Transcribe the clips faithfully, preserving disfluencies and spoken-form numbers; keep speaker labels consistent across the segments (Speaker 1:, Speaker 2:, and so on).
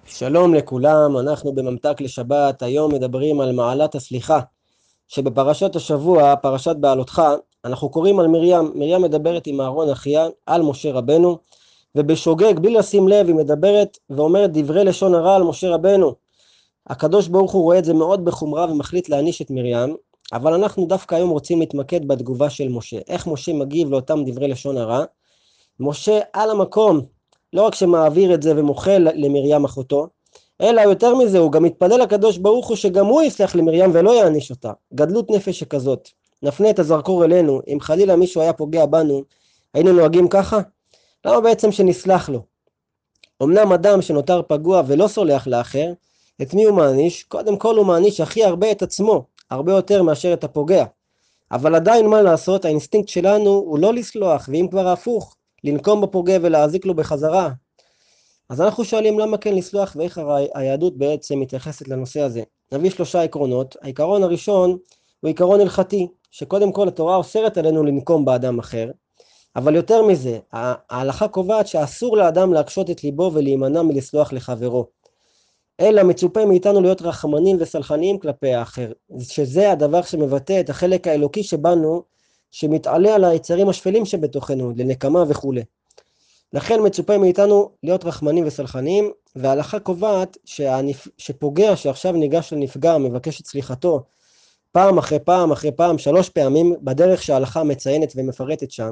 Speaker 1: שלום לכולם, אנחנו בממתק לשבת, היום מדברים על מעלת הסליחה, שבפרשת השבוע, פרשת בעלותך, אנחנו קוראים על מרים, מרים מדברת עם אהרון אחיה על משה רבנו, ובשוגג, בלי לשים לב, היא מדברת ואומרת דברי לשון הרע על משה רבנו. הקדוש ברוך הוא רואה את זה מאוד בחומרה ומחליט להעניש את מרים, אבל אנחנו דווקא היום רוצים להתמקד בתגובה של משה, איך משה מגיב לאותם דברי לשון הרע. משה על המקום, לא רק שמעביר את זה ומוחל למרים אחותו, אלא יותר מזה, הוא גם מתפלל לקדוש ברוך הוא שגם הוא יסלח למרים ולא יעניש אותה. גדלות נפש שכזאת. נפנה את הזרקור אלינו, אם חלילה מישהו היה פוגע בנו, היינו נוהגים ככה? למה בעצם שנסלח לו? אמנם אדם שנותר פגוע ולא סולח לאחר, את מי הוא מעניש? קודם כל הוא מעניש הכי הרבה את עצמו, הרבה יותר מאשר את הפוגע. אבל עדיין מה לעשות, האינסטינקט שלנו הוא לא לסלוח, ואם כבר הפוך, לנקום בפוגע ולהזיק לו בחזרה. אז אנחנו שואלים למה כן לסלוח ואיך היהדות בעצם מתייחסת לנושא הזה. נביא שלושה עקרונות. העיקרון הראשון הוא עיקרון הלכתי, שקודם כל התורה אוסרת עלינו לנקום באדם אחר, אבל יותר מזה, ההלכה קובעת שאסור לאדם להקשות את ליבו ולהימנע מלסלוח לחברו. אלא מצופה מאיתנו להיות רחמנים וסלחניים כלפי האחר, שזה הדבר שמבטא את החלק האלוקי שבנו, שמתעלה על היצרים השפלים שבתוכנו, לנקמה וכו'. לכן מצופה מאיתנו להיות רחמנים וסלחניים, וההלכה קובעת שהנפ... שפוגע שעכשיו ניגש לנפגע, מבקש את סליחתו, פעם אחרי פעם אחרי פעם, שלוש פעמים, בדרך שההלכה מציינת ומפרטת שם,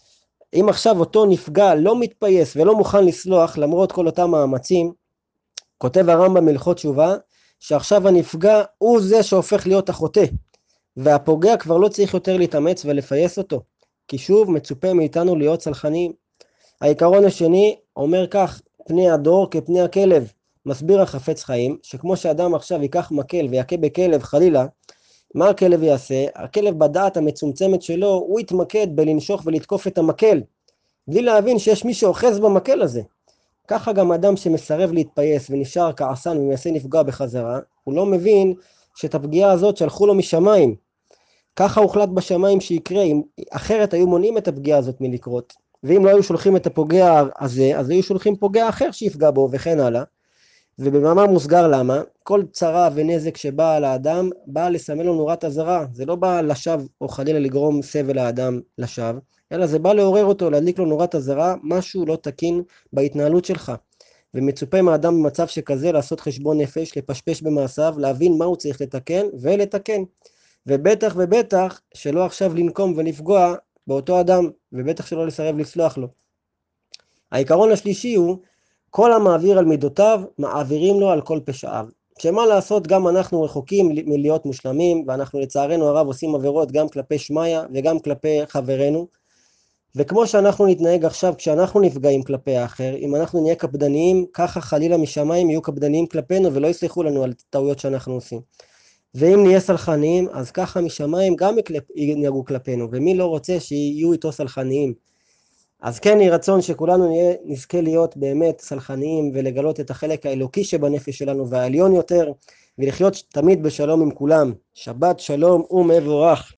Speaker 1: אם עכשיו אותו נפגע לא מתפייס ולא מוכן לסלוח למרות כל אותם מאמצים, כותב הרמב"ם בהלכות תשובה, שעכשיו הנפגע הוא זה שהופך להיות החוטא, והפוגע כבר לא צריך יותר להתאמץ ולפייס אותו, כי שוב מצופה מאיתנו להיות סלחניים. העיקרון השני אומר כך, פני הדור כפני הכלב, מסביר החפץ חיים, שכמו שאדם עכשיו ייקח מקל ויכה בכלב חלילה, מה הכלב יעשה? הכלב בדעת המצומצמת שלו, הוא יתמקד בלנשוך ולתקוף את המקל, בלי להבין שיש מי שאוחז במקל הזה. ככה גם אדם שמסרב להתפייס ונשאר כעסן ומנסה נפגע בחזרה, הוא לא מבין שאת הפגיעה הזאת שלחו לו משמיים. ככה הוחלט בשמיים שיקרה, אם אחרת היו מונעים את הפגיעה הזאת מלקרות. ואם לא היו שולחים את הפוגע הזה, אז היו שולחים פוגע אחר שיפגע בו וכן הלאה. ובמאמר מוסגר למה? כל צרה ונזק שבא על האדם, בא לסמל לו נורת אזהרה. זה לא בא לשווא או חלילה לגרום סבל לאדם לשווא, אלא זה בא לעורר אותו, להדליק לו נורת אזהרה, משהו לא תקין בהתנהלות שלך. ומצופה מאדם במצב שכזה לעשות חשבון נפש, לפשפש במעשיו, להבין מה הוא צריך לתקן ולתקן. ובטח ובטח שלא עכשיו לנקום ולפגוע באותו אדם, ובטח שלא לסרב לסלוח לו. העיקרון השלישי הוא, כל המעביר על מידותיו, מעבירים לו על כל פשעיו. שמה לעשות, גם אנחנו רחוקים מלהיות מושלמים, ואנחנו לצערנו הרב עושים עבירות גם כלפי שמיה וגם כלפי חברנו. וכמו שאנחנו נתנהג עכשיו כשאנחנו נפגעים כלפי האחר, אם אנחנו נהיה קפדניים, ככה חלילה משמיים יהיו קפדניים כלפינו ולא יסלחו לנו על טעויות שאנחנו עושים. ואם נהיה סלחניים, אז ככה משמיים גם ינהגו כלפינו, ומי לא רוצה שיהיו איתו סלחניים. אז כן יהי רצון שכולנו נהיה, נזכה להיות באמת סלחניים ולגלות את החלק האלוקי שבנפש שלנו והעליון יותר, ולחיות תמיד בשלום עם כולם. שבת שלום ומבורך.